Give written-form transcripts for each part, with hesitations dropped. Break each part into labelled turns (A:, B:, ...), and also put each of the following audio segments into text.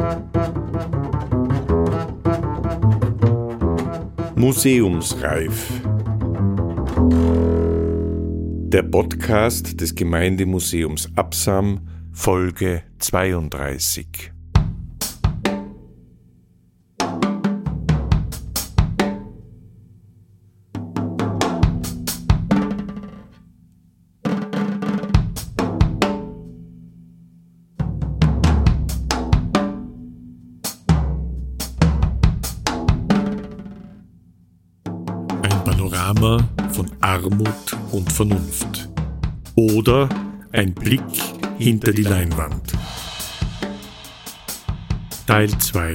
A: Museumsreif. Der Podcast des Gemeindemuseums Absam, Folge 32. Panorama von Armut und Vernunft. Oder ein Blick hinter die Leinwand. Teil 2.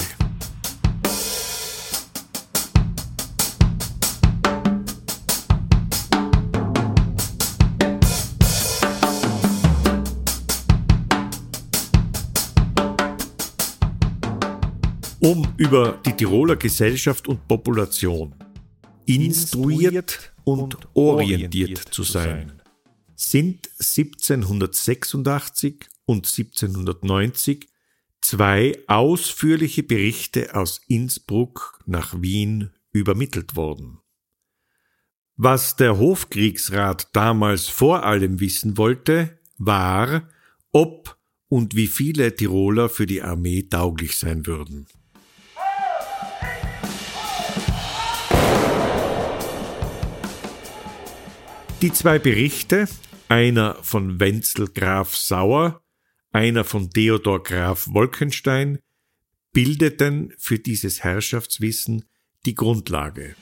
A: Um über die Tiroler Gesellschaft und Population instruiert und orientiert zu sein, sind 1786 und 1790 zwei ausführliche Berichte aus Innsbruck nach Wien übermittelt worden. Was der Hofkriegsrat damals vor allem wissen wollte, war, ob und wie viele Tiroler für die Armee tauglich sein würden. Die zwei Berichte, einer von Wenzel Graf Sauer, einer von Theodor Graf Wolkenstein, bildeten für dieses Herrschaftswissen die Grundlage.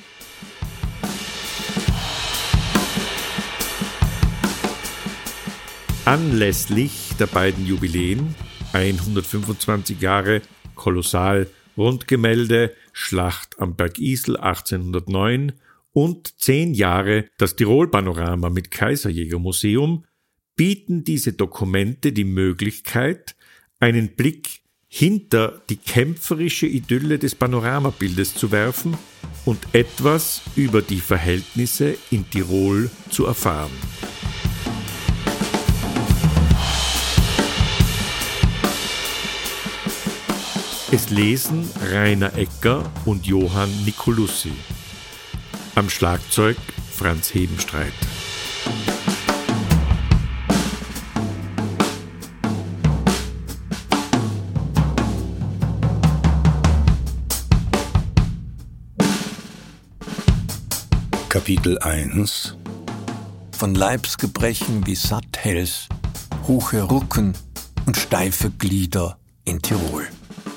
A: Anlässlich der beiden Jubiläen, 125 Jahre Kolossal Rundgemälde, Schlacht am Berg Isel 1809 und 10 Jahre das Tirol-Panorama mit Kaiserjägermuseum, bieten diese Dokumente die Möglichkeit, einen Blick hinter die kämpferische Idylle des Panoramabildes zu werfen und etwas über die Verhältnisse in Tirol zu erfahren. Es lesen Rainer Ecker und Johann Nicolussi. Am Schlagzeug Franz Hebenstreit.
B: Kapitel 1.
C: Von Leibsgebrechen wie Satthels, hohe Rücken und steife Glieder in Tirol.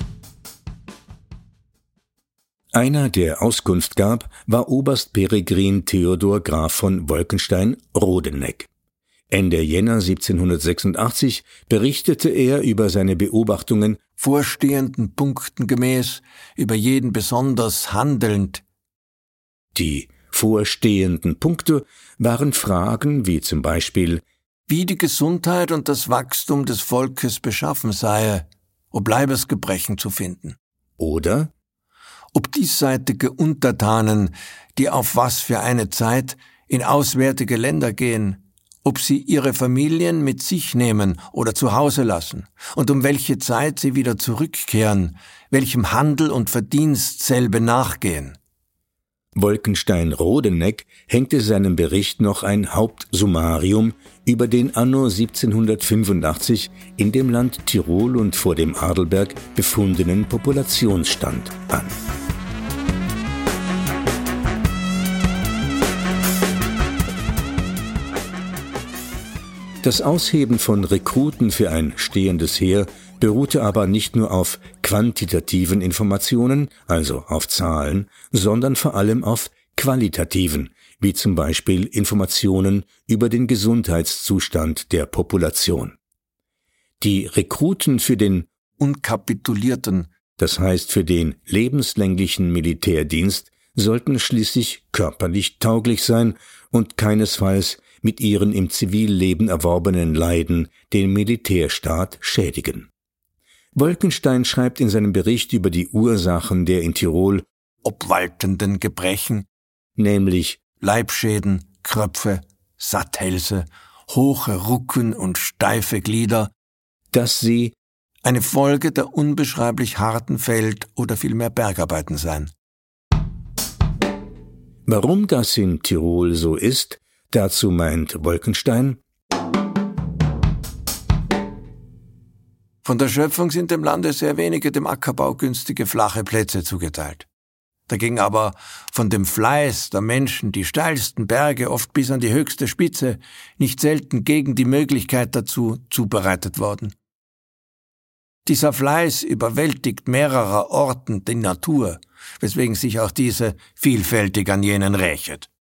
B: Einer, der Auskunft gab, war Oberst Peregrin Theodor Graf von Wolkenstein-Rodeneck. Ende Jänner 1786 berichtete er über seine Beobachtungen
C: vorstehenden Punkten gemäß, über jeden besonders handelnd.
B: Die vorstehenden Punkte waren Fragen wie zum Beispiel,
C: wie die Gesundheit und das Wachstum des Volkes beschaffen sei, ob Leibesgebrechen zu finden.
B: Oder
C: ob diesseitige Untertanen, die auf was für eine Zeit in auswärtige Länder gehen, ob sie ihre Familien mit sich nehmen oder zu Hause lassen und um welche Zeit sie wieder zurückkehren, welchem Handel und Verdienst selbe nachgehen.
B: Wolkenstein-Rodeneck hängte seinem Bericht noch ein Hauptsummarium über den anno 1785 in dem Land Tirol und vor dem Adelberg befundenen Populationsstand an. Das Ausheben von Rekruten für ein stehendes Heer beruhte aber nicht nur auf quantitativen Informationen, also auf Zahlen, sondern vor allem auf qualitativen, wie zum Beispiel Informationen über den Gesundheitszustand der Population. Die Rekruten für den
C: unkapitulierten,
B: das heißt für den lebenslänglichen Militärdienst, sollten schließlich körperlich tauglich sein und keinesfalls mit ihren im Zivilleben erworbenen Leiden den Militärstaat schädigen. Wolkenstein schreibt in seinem Bericht über die Ursachen der in Tirol
C: obwaltenden Gebrechen,
B: nämlich
C: Leibschäden, Kröpfe, Satthälse, hohe Rücken und steife Glieder,
B: dass sie
C: eine Folge der unbeschreiblich harten Feld- oder vielmehr Bergarbeiten sein.
B: Warum das in Tirol so ist, dazu meint Wolkenstein:
C: Von der Schöpfung sind dem Lande sehr wenige dem Ackerbau günstige flache Plätze zugeteilt. Dagegen aber von dem Fleiß der Menschen die steilsten Berge oft bis an die höchste Spitze, nicht selten gegen die Möglichkeit dazu, zubereitet worden. Dieser Fleiß überwältigt mehrerer Orten die Natur, weswegen sich auch diese vielfältig an jenen rächet.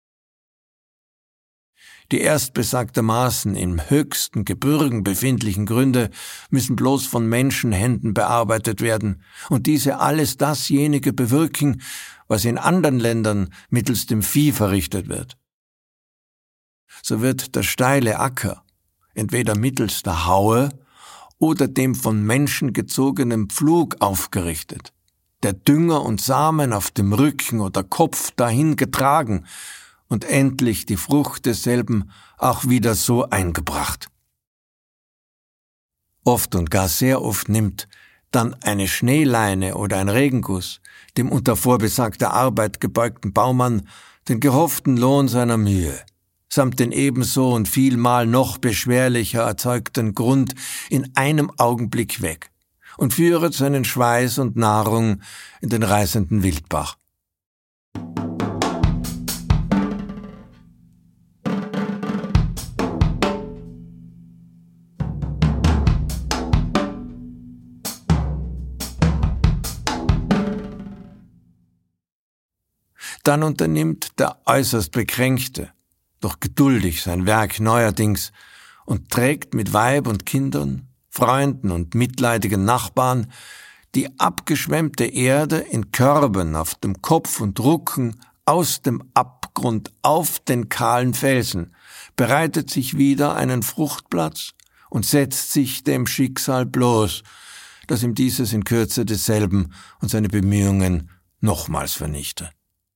C: Die erstbesagtermaßen im höchsten Gebirgen befindlichen Gründe müssen bloß von Menschenhänden bearbeitet werden und diese alles dasjenige bewirken, was in anderen Ländern mittels dem Vieh verrichtet wird. So wird der steile Acker entweder mittels der Haue oder dem von Menschen gezogenen Pflug aufgerichtet, der Dünger und Samen auf dem Rücken oder Kopf dahin getragen und endlich die Frucht desselben auch wieder so eingebracht. Oft und gar sehr oft nimmt dann eine Schneeleine oder ein Regenguss dem unter vorbesagter Arbeit gebeugten Baumann den gehofften Lohn seiner Mühe, samt den ebenso und vielmal noch beschwerlicher erzeugten Grund in einem Augenblick weg und führet seinen Schweiß und Nahrung in den reißenden Wildbach. Dann unternimmt der äußerst Bekränkte, doch geduldig sein Werk neuerdings und trägt mit Weib und Kindern, Freunden und mitleidigen Nachbarn die abgeschwemmte Erde in Körben auf dem Kopf und Rücken aus dem Abgrund auf den kahlen Felsen, bereitet sich wieder einen Fruchtplatz und setzt sich dem Schicksal bloß, das ihm dieses in Kürze desselben und seine Bemühungen nochmals vernichte.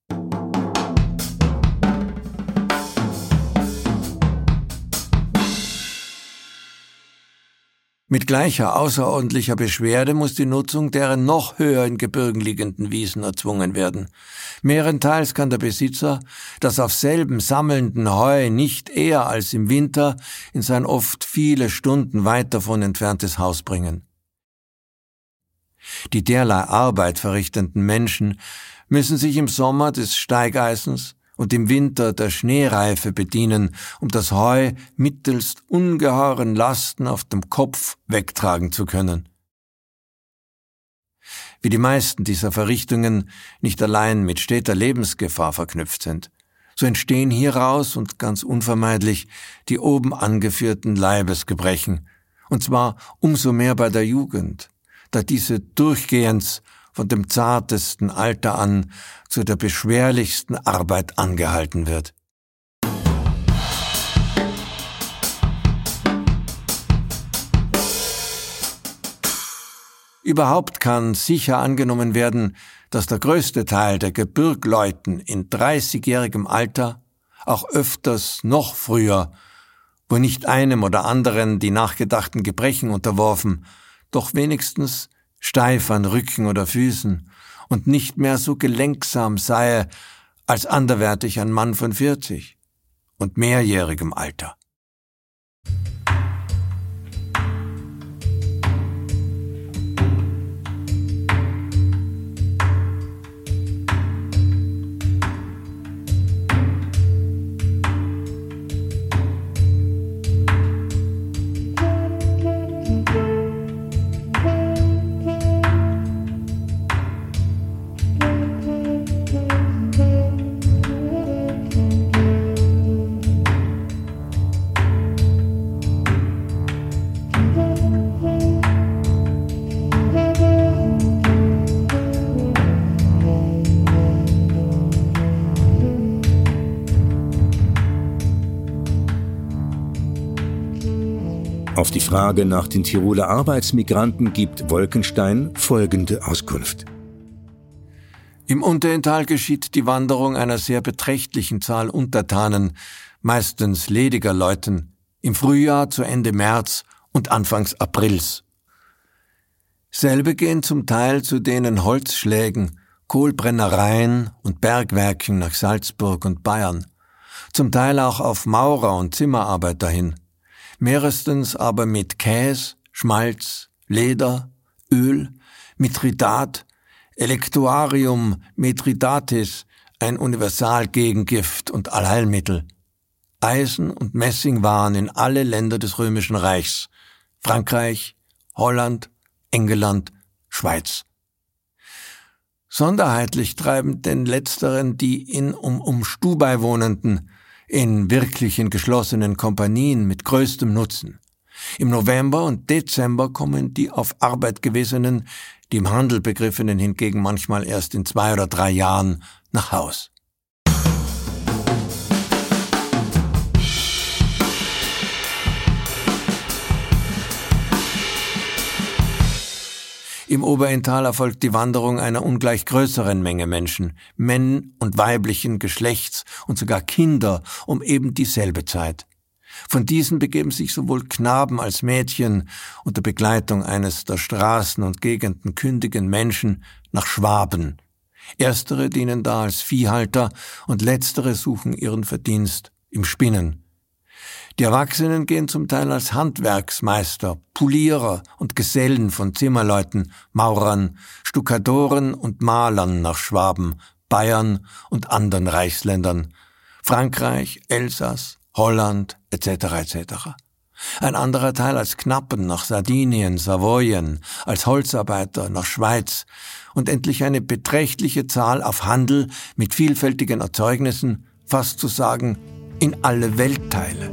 C: Mit gleicher außerordentlicher Beschwerde muss die Nutzung deren noch höher in Gebirgen liegenden Wiesen erzwungen werden. Mehrenteils kann der Besitzer das auf selben sammelnden Heu nicht eher als im Winter in sein oft viele Stunden weit davon entferntes Haus bringen. Die derlei Arbeit verrichtenden Menschen müssen sich im Sommer des Steigeisens und im Winter der Schneereife bedienen, um das Heu mittelst ungeheuren Lasten auf dem Kopf wegtragen zu können. Wie die meisten dieser Verrichtungen nicht allein mit steter Lebensgefahr verknüpft sind, so entstehen hieraus und ganz unvermeidlich die oben angeführten Leibesgebrechen, und zwar umso mehr bei der Jugend, da diese durchgehends von dem zartesten Alter an zu der beschwerlichsten Arbeit angehalten wird. Überhaupt kann sicher angenommen werden, dass der größte Teil der Gebirgleuten in 30-jährigem Alter, auch öfters noch früher, wo nicht einem oder anderen die nachgedachten Gebrechen unterworfen, doch wenigstens steif an Rücken oder Füßen und nicht mehr so gelenksam sei als anderwärtig ein Mann von 40 und mehrjährigem Alter.
B: Auf die Frage nach den Tiroler Arbeitsmigranten gibt Wolkenstein folgende Auskunft.
C: Im Unterental geschieht die Wanderung einer sehr beträchtlichen Zahl Untertanen, meistens lediger Leuten, im Frühjahr zu Ende März und Anfangs Aprils. Selbe gehen zum Teil zu denen Holzschlägen, Kohlbrennereien und Bergwerken nach Salzburg und Bayern, zum Teil auch auf Maurer und Zimmerarbeiter hin, mehrestens aber mit Käse, Schmalz, Leder, Öl, Mithridat, Electuarium mithridatis, ein Universalgegengift und Allheilmittel. Eisen und Messing waren in alle Länder des Römischen Reichs, Frankreich, Holland, England, Schweiz. Sonderheitlich treiben den Letzteren die in Stubai wohnenden, in wirklichen geschlossenen Kompanien mit größtem Nutzen. Im November und Dezember kommen die auf Arbeit Gewesenen, die im Handel Begriffenen hingegen manchmal erst in 2 oder 3 Jahren nach Haus. Im Oberinntal erfolgt die Wanderung einer ungleich größeren Menge Menschen, Männ- und weiblichen Geschlechts und sogar Kinder um eben dieselbe Zeit. Von diesen begeben sich sowohl Knaben als Mädchen unter Begleitung eines der Straßen und Gegenden kündigen Menschen nach Schwaben. Erstere dienen da als Viehhalter und letztere suchen ihren Verdienst im Spinnen. Die Erwachsenen gehen zum Teil als Handwerksmeister, Polierer und Gesellen von Zimmerleuten, Maurern, Stuckatoren und Malern nach Schwaben, Bayern und anderen Reichsländern, Frankreich, Elsass, Holland etc. etc. Ein anderer Teil als Knappen nach Sardinien, Savoyen, als Holzarbeiter nach Schweiz und endlich eine beträchtliche Zahl auf Handel mit vielfältigen Erzeugnissen, fast zu sagen, in alle Weltteile.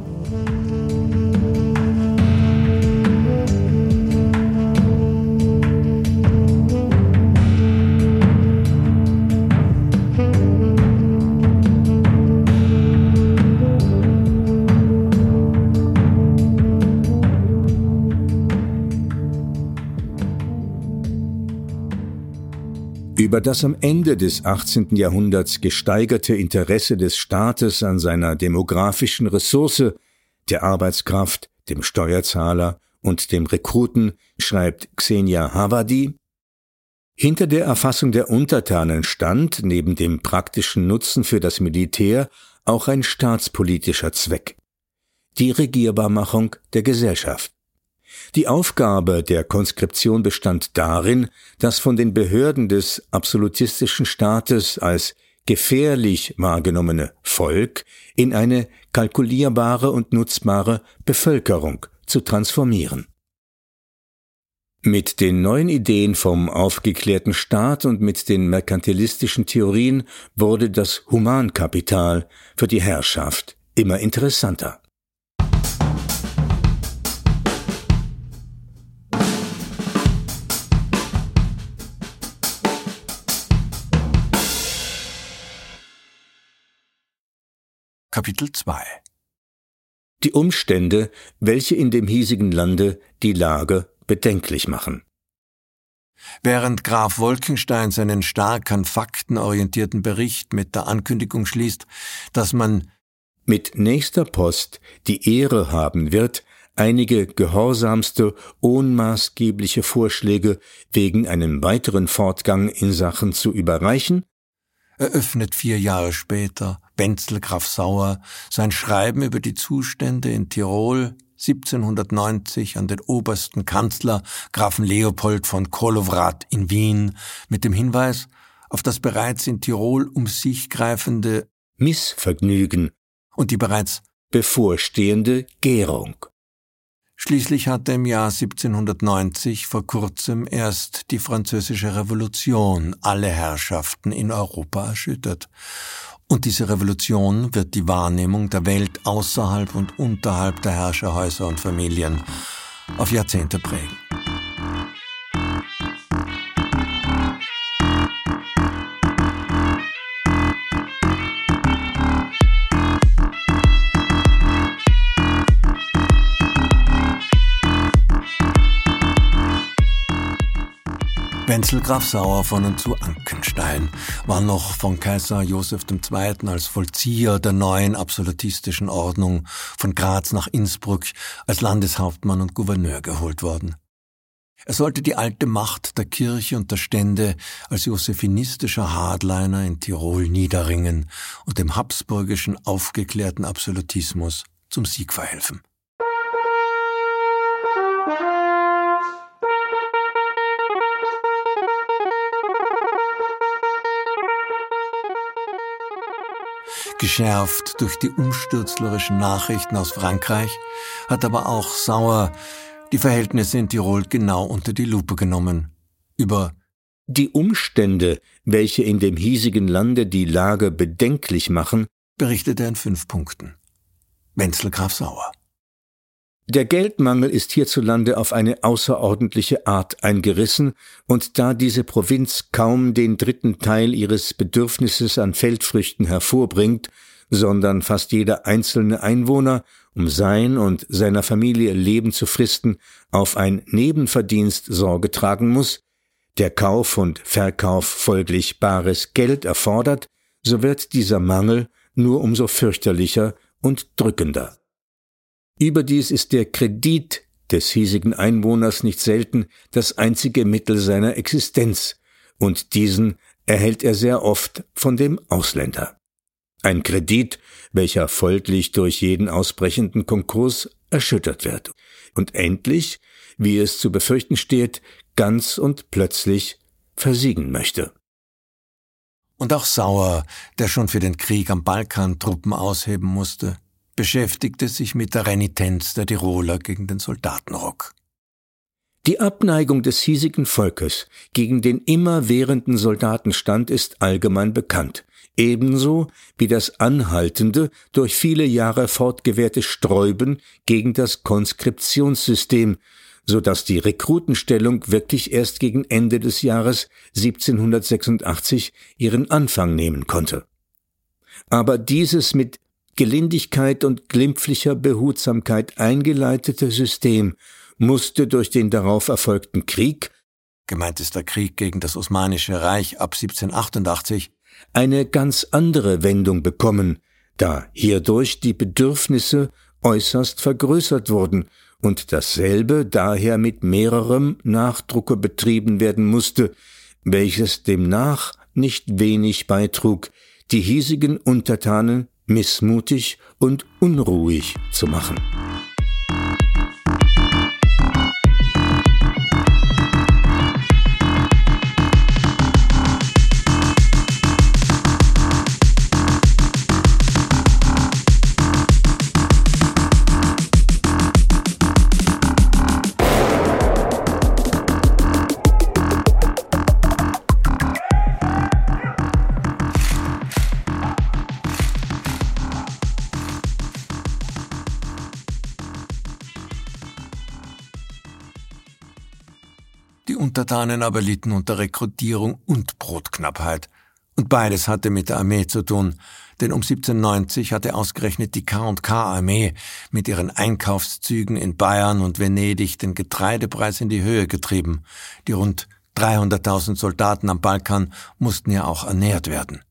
B: Über das am Ende des 18. Jahrhunderts gesteigerte Interesse des Staates an seiner demografischen Ressource, der Arbeitskraft, dem Steuerzahler und dem Rekruten, schreibt Xenia Havadi: Hinter der Erfassung der Untertanen stand, neben dem praktischen Nutzen für das Militär, auch ein staatspolitischer Zweck: die Regierbarmachung der Gesellschaft. Die Aufgabe der Konskription bestand darin, das von den Behörden des absolutistischen Staates als gefährlich wahrgenommene Volk in eine kalkulierbare und nutzbare Bevölkerung zu transformieren. Mit den neuen Ideen vom aufgeklärten Staat und mit den merkantilistischen Theorien wurde das Humankapital für die Herrschaft immer interessanter.
C: Kapitel 2
B: Die Umstände, welche in dem hiesigen Lande die Lage bedenklich machen.
C: Während Graf Wolkenstein seinen stark an Fakten orientierten Bericht mit der Ankündigung schließt, dass man
B: mit nächster Post die Ehre haben wird, einige gehorsamste, ohnmaßgebliche Vorschläge wegen einem weiteren Fortgang in Sachen zu überreichen,
C: eröffnet 4 Jahre später Wenzel Graf Sauer sein Schreiben über die Zustände in Tirol 1790 an den obersten Kanzler Grafen Leopold von Kolowrat in Wien mit dem Hinweis auf das bereits in Tirol um sich greifende
B: Missvergnügen
C: und die bereits
B: bevorstehende Gärung.
C: Schließlich hatte im Jahr 1790 vor kurzem erst die Französische Revolution alle Herrschaften in Europa erschüttert. Und diese Revolution wird die Wahrnehmung der Welt außerhalb und unterhalb der Herrscherhäuser und Familien auf Jahrzehnte prägen. Wenzel Graf Sauer von und zu Ankenstein war noch von Kaiser Joseph II. Als Vollzieher der neuen absolutistischen Ordnung von Graz nach Innsbruck als Landeshauptmann und Gouverneur geholt worden. Er sollte die alte Macht der Kirche und der Stände als josephinistischer Hardliner in Tirol niederringen und dem habsburgischen aufgeklärten Absolutismus zum Sieg verhelfen. Geschärft durch die umstürzlerischen Nachrichten aus Frankreich hat aber auch Sauer die Verhältnisse in Tirol genau unter die Lupe genommen. Über
B: die Umstände, welche in dem hiesigen Lande die Lage bedenklich machen,
C: berichtet er in 5 Punkten. Wenzel Graf Sauer.
B: Der Geldmangel ist hierzulande auf eine außerordentliche Art eingerissen, und da diese Provinz kaum den 3. Teil ihres Bedürfnisses an Feldfrüchten hervorbringt, sondern fast jeder einzelne Einwohner, um sein und seiner Familie Leben zu fristen, auf ein Nebenverdienst Sorge tragen muss, der Kauf und Verkauf folglich bares Geld erfordert, so wird dieser Mangel nur umso fürchterlicher und drückender. Überdies ist der Kredit des hiesigen Einwohners nicht selten das einzige Mittel seiner Existenz, und diesen erhält er sehr oft von dem Ausländer. Ein Kredit, welcher folglich durch jeden ausbrechenden Konkurs erschüttert wird und endlich, wie es zu befürchten steht, ganz und plötzlich versiegen möchte.
C: Und auch Sauer, der schon für den Krieg am Balkan Truppen ausheben musste, beschäftigte sich mit der Renitenz der Tiroler gegen den Soldatenrock.
B: Die Abneigung des hiesigen Volkes gegen den immerwährenden Soldatenstand ist allgemein bekannt, ebenso wie das anhaltende, durch viele Jahre fortgewährte Sträuben gegen das Konskriptionssystem, so dass die Rekrutenstellung wirklich erst gegen Ende des Jahres 1786 ihren Anfang nehmen konnte. Aber dieses mit Gelindigkeit und glimpflicher Behutsamkeit eingeleitete System musste durch den darauf erfolgten Krieg,
C: gemeint ist der Krieg gegen das Osmanische Reich ab 1788,
B: eine ganz andere Wendung bekommen, da hierdurch die Bedürfnisse äußerst vergrößert wurden und dasselbe daher mit mehrerem Nachdrucke betrieben werden musste, welches demnach nicht wenig beitrug, die hiesigen Untertanen missmutig und unruhig zu machen.
C: Die Untertanen aber litten unter Rekrutierung und Brotknappheit. Und beides hatte mit der Armee zu tun, denn um 1790 hatte ausgerechnet die K&K-Armee mit ihren Einkaufszügen in Bayern und Venedig den Getreidepreis in die Höhe getrieben. Die rund 300.000 Soldaten am Balkan mussten ja auch ernährt werden.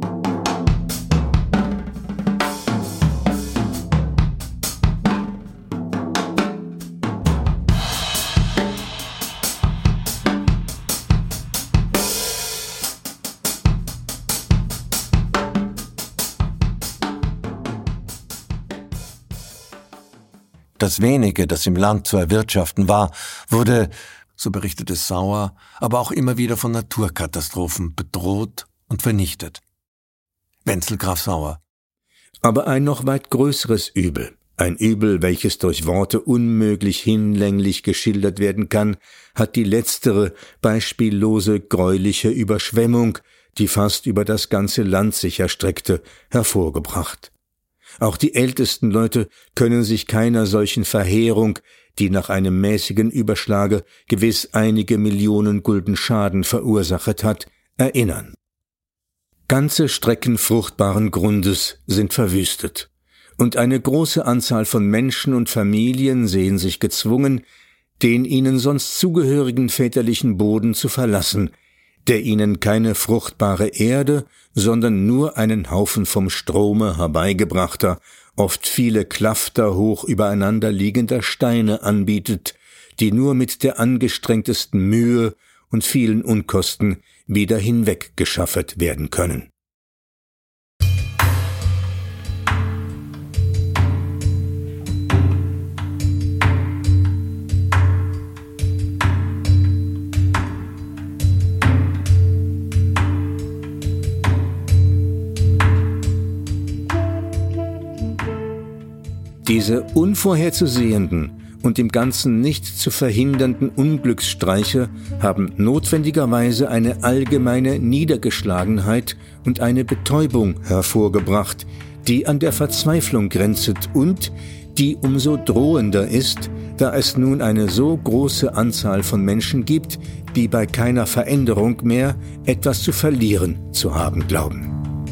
C: Das wenige, das im Land zu erwirtschaften war, wurde, so berichtet es Sauer, aber auch immer wieder von Naturkatastrophen bedroht und vernichtet. Wenzel Graf Sauer.
B: Aber ein noch weit größeres Übel, ein Übel, welches durch Worte unmöglich hinlänglich geschildert werden kann, hat die letztere beispiellose gräuliche Überschwemmung, die fast über das ganze Land sich erstreckte, hervorgebracht. Auch die ältesten Leute können sich keiner solchen Verheerung, die nach einem mäßigen Überschlage gewiss einige Millionen Gulden Schaden verursacht hat, erinnern. Ganze Strecken fruchtbaren Grundes sind verwüstet, und eine große Anzahl von Menschen und Familien sehen sich gezwungen, den ihnen sonst zugehörigen väterlichen Boden zu verlassen, der ihnen keine fruchtbare Erde, sondern nur einen Haufen vom Strome herbeigebrachter, oft viele Klafter hoch übereinander liegender Steine anbietet, die nur mit der angestrengtesten Mühe und vielen Unkosten wieder hinweggeschaffet werden können. Diese unvorherzusehenden und im Ganzen nicht zu verhindernden Unglücksstreiche haben notwendigerweise eine allgemeine Niedergeschlagenheit und eine Betäubung hervorgebracht, die an der Verzweiflung grenzet und die umso drohender ist, da es nun eine so große Anzahl von Menschen gibt, die bei keiner Veränderung mehr etwas zu verlieren zu haben glauben.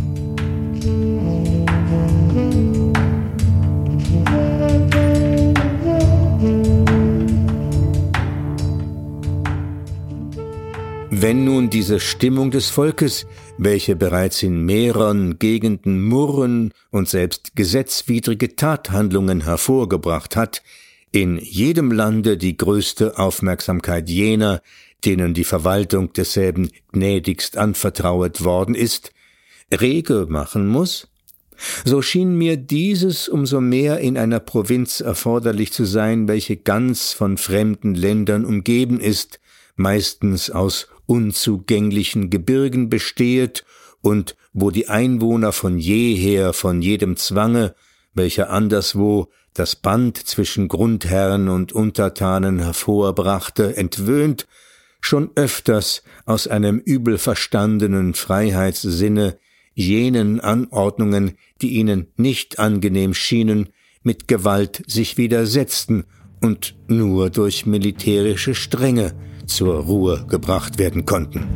B: Wenn nun diese Stimmung des Volkes, welche bereits in mehreren Gegenden Murren und selbst gesetzwidrige Tathandlungen hervorgebracht hat, in jedem Lande die größte Aufmerksamkeit jener, denen die Verwaltung desselben gnädigst anvertrauet worden ist, rege machen muss, so schien mir dieses umso mehr in einer Provinz erforderlich zu sein, welche ganz von fremden Ländern umgeben ist, meistens aus unzugänglichen Gebirgen bestehet und wo die Einwohner von jeher von jedem Zwange, welcher anderswo das Band zwischen Grundherren und Untertanen hervorbrachte, entwöhnt, schon öfters aus einem übel verstandenen Freiheitssinne jenen Anordnungen, die ihnen nicht angenehm schienen, mit Gewalt sich widersetzten und nur durch militärische Strenge zur Ruhe gebracht werden konnten.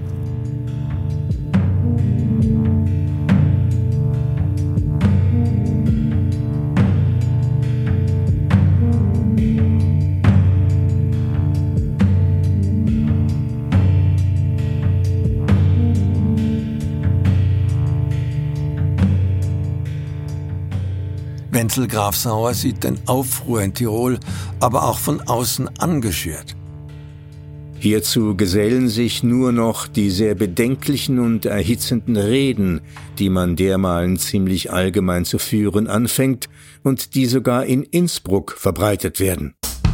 C: Wenzel Graf Sauer sieht den Aufruhr in Tirol aber auch von außen angeschürt.
B: Hierzu gesellen sich nur noch die sehr bedenklichen und erhitzenden Reden, die man dermalen ziemlich allgemein zu führen anfängt und die sogar in Innsbruck verbreitet werden.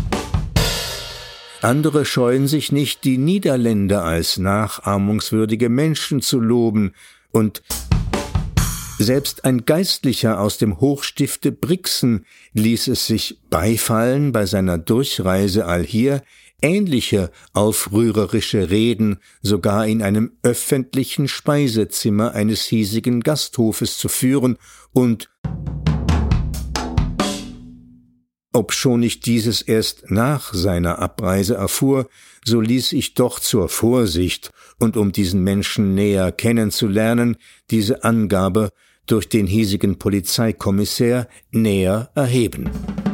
B: Andere scheuen sich nicht, die Niederländer als nachahmungswürdige Menschen zu loben, und selbst ein Geistlicher aus dem Hochstifte Brixen ließ es sich beifallen, bei seiner Durchreise allhier ähnliche aufrührerische Reden sogar in einem öffentlichen Speisezimmer eines hiesigen Gasthofes zu führen, und obschon ich dieses erst nach seiner Abreise erfuhr, so ließ ich doch zur Vorsicht und um diesen Menschen näher kennenzulernen, diese Angabe durch den hiesigen Polizeikommissär näher erheben.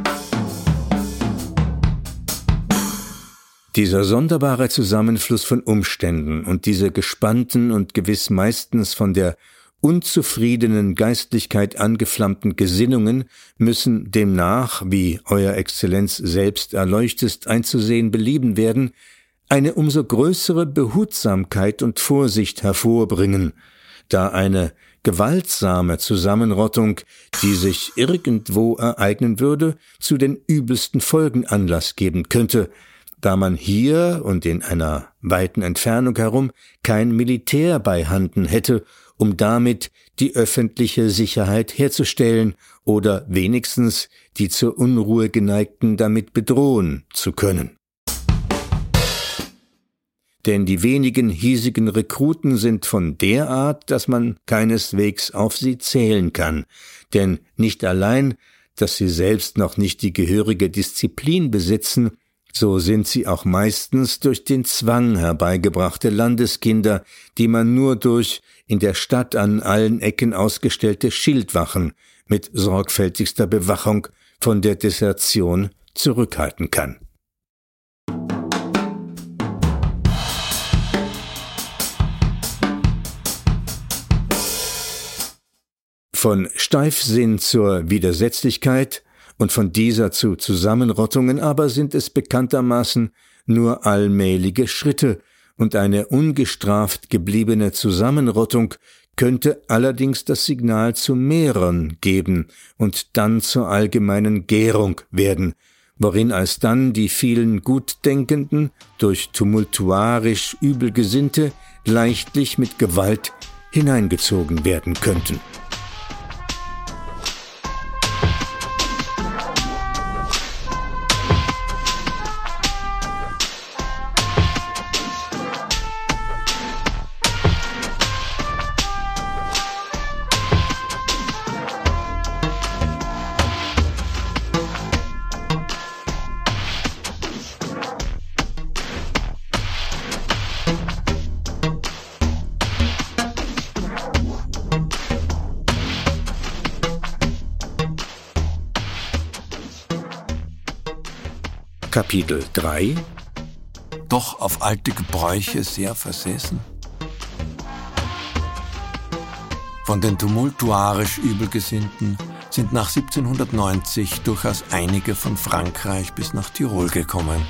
B: Dieser sonderbare Zusammenfluss von Umständen und diese gespannten und gewiss meistens von der unzufriedenen Geistlichkeit angeflammten Gesinnungen müssen demnach, wie Euer Exzellenz selbst erleuchtest einzusehen belieben werden, eine umso größere Behutsamkeit und Vorsicht hervorbringen, da eine gewaltsame Zusammenrottung, die sich irgendwo ereignen würde, zu den übelsten Folgen Anlass geben könnte, da man hier und in einer weiten Entfernung herum kein Militär beihanden hätte, um damit die öffentliche Sicherheit herzustellen oder wenigstens die zur Unruhe geneigten damit bedrohen zu können. Denn die wenigen hiesigen Rekruten sind von der Art, dass man keineswegs auf sie zählen kann, denn nicht allein, dass sie selbst noch nicht die gehörige Disziplin besitzen, so sind sie auch meistens durch den Zwang herbeigebrachte Landeskinder, die man nur durch in der Stadt an allen Ecken ausgestellte Schildwachen mit sorgfältigster Bewachung von der Desertion zurückhalten kann. Von Steifsinn zur Widersetzlichkeit und von dieser zu Zusammenrottungen aber sind es bekanntermaßen nur allmähliche Schritte, und eine ungestraft gebliebene Zusammenrottung könnte allerdings das Signal zu mehreren geben und dann zur allgemeinen Gärung werden, worin alsdann die vielen Gutdenkenden durch tumultuarisch Übelgesinnte leichtlich mit Gewalt hineingezogen werden könnten. Kapitel 3
C: Doch auf alte Gebräuche sehr versessen. Von den tumultuarisch Übelgesinnten sind nach 1790 durchaus einige von Frankreich bis nach Tirol gekommen.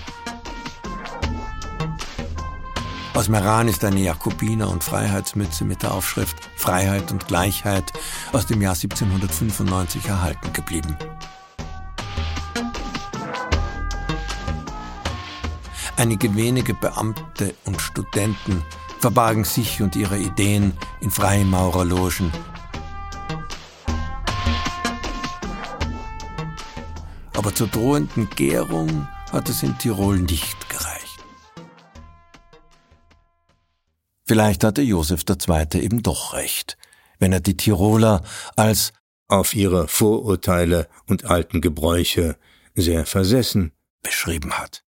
C: Aus Meran ist eine Jakobiner- und Freiheitsmütze mit der Aufschrift Freiheit und Gleichheit aus dem Jahr 1795 erhalten geblieben. Einige wenige Beamte und Studenten verbargen sich und ihre Ideen in Freimaurerlogen. Aber zur drohenden Gärung hat es in Tirol nicht gereicht. Vielleicht hatte Joseph II. Eben doch recht, wenn er die Tiroler als
B: auf ihre Vorurteile und alten Gebräuche sehr versessen
C: beschrieben hat.